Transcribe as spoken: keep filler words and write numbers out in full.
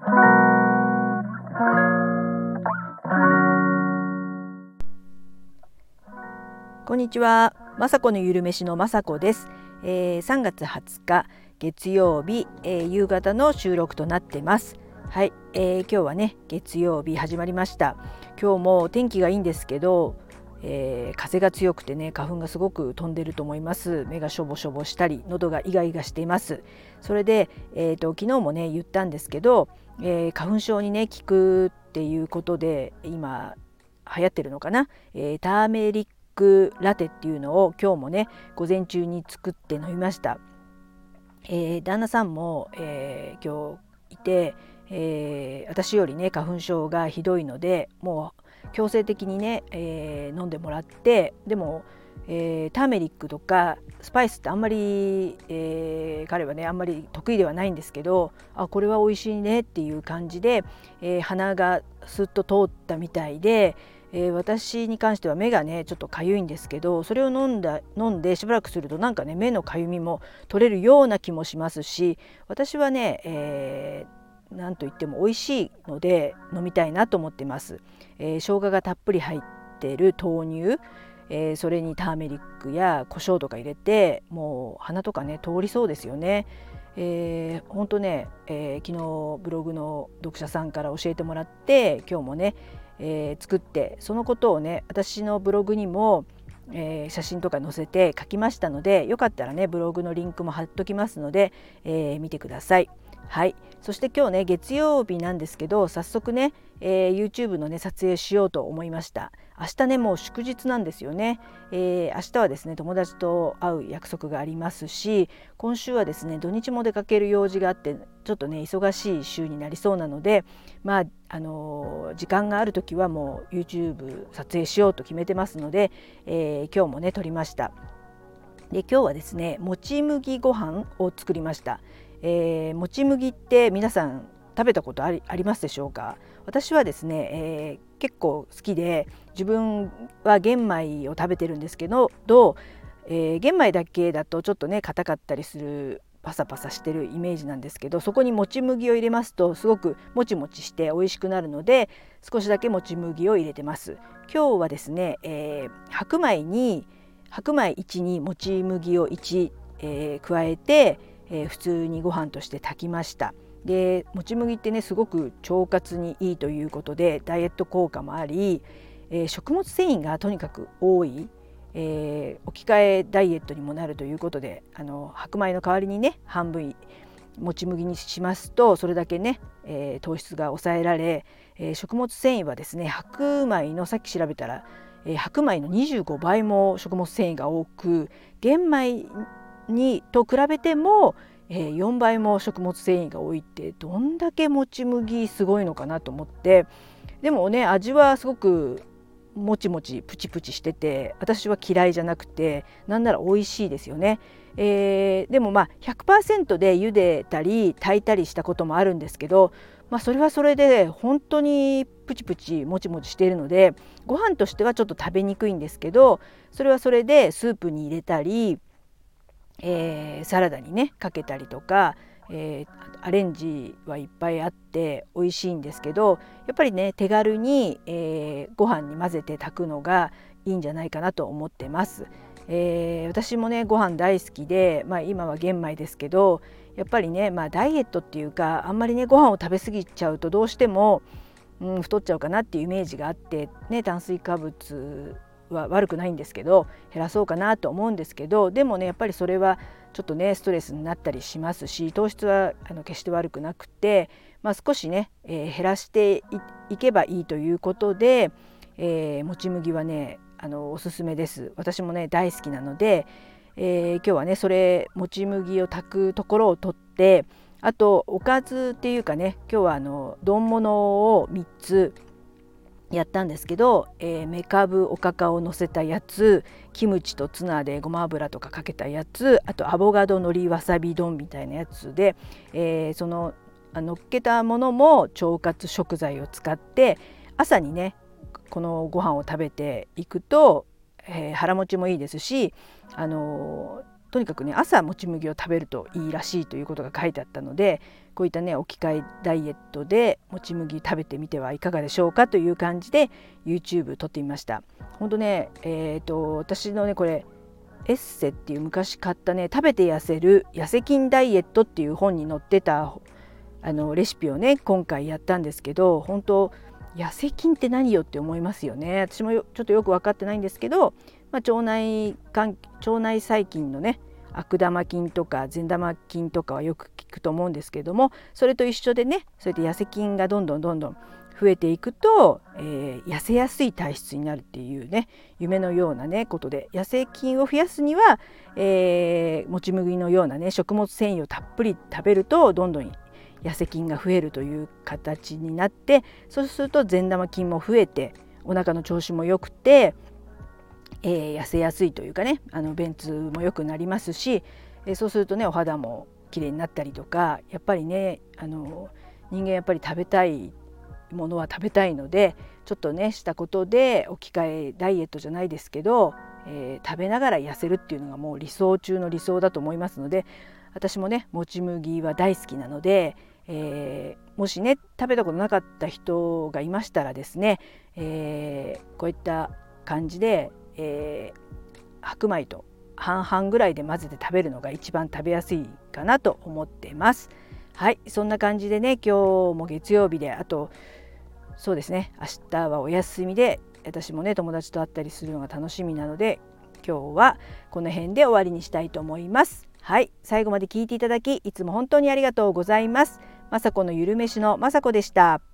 こんにちは。まさこのゆるめしのまさこです。えー、さんがつはつか月曜日、えー、夕方の収録となってます。はい、えー、今日はね月曜日始まりました。今日も天気がいいんですけど、えー、風が強くてね花粉がすごく飛んでると思います。目がしょぼしょぼしたり喉がイガイガしています。それで、えーと、昨日もね言ったんですけど、えー、花粉症にね効くっていうことで今流行ってるのかな、えー、ターメリックラテっていうのを今日もね午前中に作って飲みました。えー、旦那さんも、えー、今日いて、えー、私よりね花粉症がひどいのでもう強制的にね、えー、飲んでもらって、でも、えー、ターメリックとかスパイスってあんまり、えー、彼はねあんまり得意ではないんですけど、あこれは美味しいねっていう感じで、えー、鼻がスッと通ったみたいで、えー、私に関しては目がねちょっとかゆいんですけど、それを飲んだ飲んでしばらくするとなんかね目のかゆみも取れるような気もしますし、私はね、えー、なんといっても美味しいので飲みたいなと思ってます。えー、生姜がたっぷり入ってる豆乳、えー、それにターメリックや胡椒とか入れて、もう鼻とかね通りそうですよね。えー、ほんとね、えー、昨日ブログの読者さんから教えてもらって今日もね、えー、作って、そのことをね私のブログにも、えー、写真とか載せて書きましたので、よかったらねブログのリンクも貼っときますので、えー、見てください。はい、そして今日ね月曜日なんですけど、早速ね、えー、YouTube のね撮影しようと思いました。明日ねもう祝日なんですよね。えー、明日はですね友達と会う約束がありますし、今週はですね土日も出かける用事があってちょっとね忙しい週になりそうなので、まああのー、時間がある時はもう YouTube 撮影しようと決めてますので、えー、今日もね撮りました。で今日はですねもち麦ご飯を作りました。えー、もち麦って皆さん食べたことあり、ありますでしょうか。私はですね、えー、結構好きで、自分は玄米を食べてるんですけど、えー、玄米だけだとちょっとね硬かったりする、パサパサしてるイメージなんですけど、そこにもち麦を入れますとすごくもちもちして美味しくなるので、少しだけもち麦を入れてます。今日はですね、えー、白米に白米いちにもち麦をいち、えー、加えて、えー、普通にご飯として炊きました。でもち麦ってねすごく腸活にいいということでダイエット効果もあり、えー、食物繊維がとにかく多い、えー、置き換えダイエットにもなるということで、あの白米の代わりにね半分もち麦にしますとそれだけね、えー、糖質が抑えられ、えー、食物繊維はですね白米のさっき調べたら、えー、白米のにじゅうごばいも食物繊維が多く、玄米にと比べても、えー、よんばいも食物繊維が多いって、どんだけもち麦すごいのかなと思って。でもね味はすごくもちもちプチプチしてて私は嫌いじゃなくて、なんなら美味しいですよね。えー、でもまあ ひゃくパーセント で茹でたり炊いたりしたこともあるんですけど、まあ、それはそれで本当にプチプチもちもちしているのでご飯としてはちょっと食べにくいんですけど、それはそれでスープに入れたり、えー、サラダにねかけたりとか、えー、アレンジはいっぱいあって美味しいんですけど、やっぱりね手軽に、えー、ご飯に混ぜて炊くのがいいんじゃないかなと思ってます。えー、私もねご飯大好きで、まあ、今は玄米ですけど、やっぱりね、まあ、ダイエットっていうかあんまりねご飯を食べ過ぎちゃうとどうしても、うん、太っちゃうかなっていうイメージがあってね、炭水化物は悪くないんですけど減らそうかなと思うんですけど、でもねやっぱりそれはちょっとねストレスになったりしますし、糖質はあの決して悪くなくて、まあ、少しね、えー、減らして い, いけばいいということで、えー、もち麦はねあのおすすめです。私もね大好きなので、えー、今日はねそれもち麦を炊くところを取って、あとおかずっていうかね今日はあの丼物をみっつやったんですけど、えー、めかぶおかかを乗せたやつ、キムチとツナでごま油とかかけたやつ、あとアボカドのりわさび丼みたいなやつで、えー、その乗っけたものも腸活食材を使って朝にねこのご飯を食べていくと、えー、腹持ちもいいですし、あのとにかくね朝もち麦を食べるといいらしいということが書いてあったので、こういったね置き換えダイエットでもち麦食べてみてはいかがでしょうかという感じで YouTube 撮ってみました。本当ね、えーと私のねこれエッセっていう昔買ったね食べて痩せる痩せ菌ダイエットっていう本に載ってたあのレシピをね今回やったんですけど、本当痩せ菌って何よって思いますよね。私もちょっとよく分かってないんですけど、まあ、腸内環腸内細菌のね悪玉菌とか善玉菌とかはよく聞くと思うんですけれども、それと一緒でねそうやって痩せ菌がどんどんどんどん増えていくと、えー、痩せやすい体質になるっていうね夢のようなねことで、痩せ菌を増やすには、えー、もち麦のようなね食物繊維をたっぷり食べるとどんどん痩せ菌が増えるという形になって、そうすると善玉菌も増えてお腹の調子も良くて、えー、痩せやすいというかねあの便通も良くなりますし、えー、そうするとねお肌も綺麗になったりとか、やっぱりねあの人間やっぱり食べたいものは食べたいので、ちょっとねしたことで置き換えダイエットじゃないですけど、えー、食べながら痩せるっていうのがもう理想中の理想だと思いますので、私もねもち麦は大好きなので、えー、もしね食べたことなかった人がいましたらですね、えー、こういった感じで、えー、白米と半々ぐらいで混ぜて食べるのが一番食べやすいかなと思ってます。はい、そんな感じでね今日も月曜日で、あとそうですね明日はお休みで、私もね友達と会ったりするのが楽しみなので、今日はこの辺で終わりにしたいと思います。はい、最後まで聞いていただきいつも本当にありがとうございます。まさこのゆるめしのまさこでした。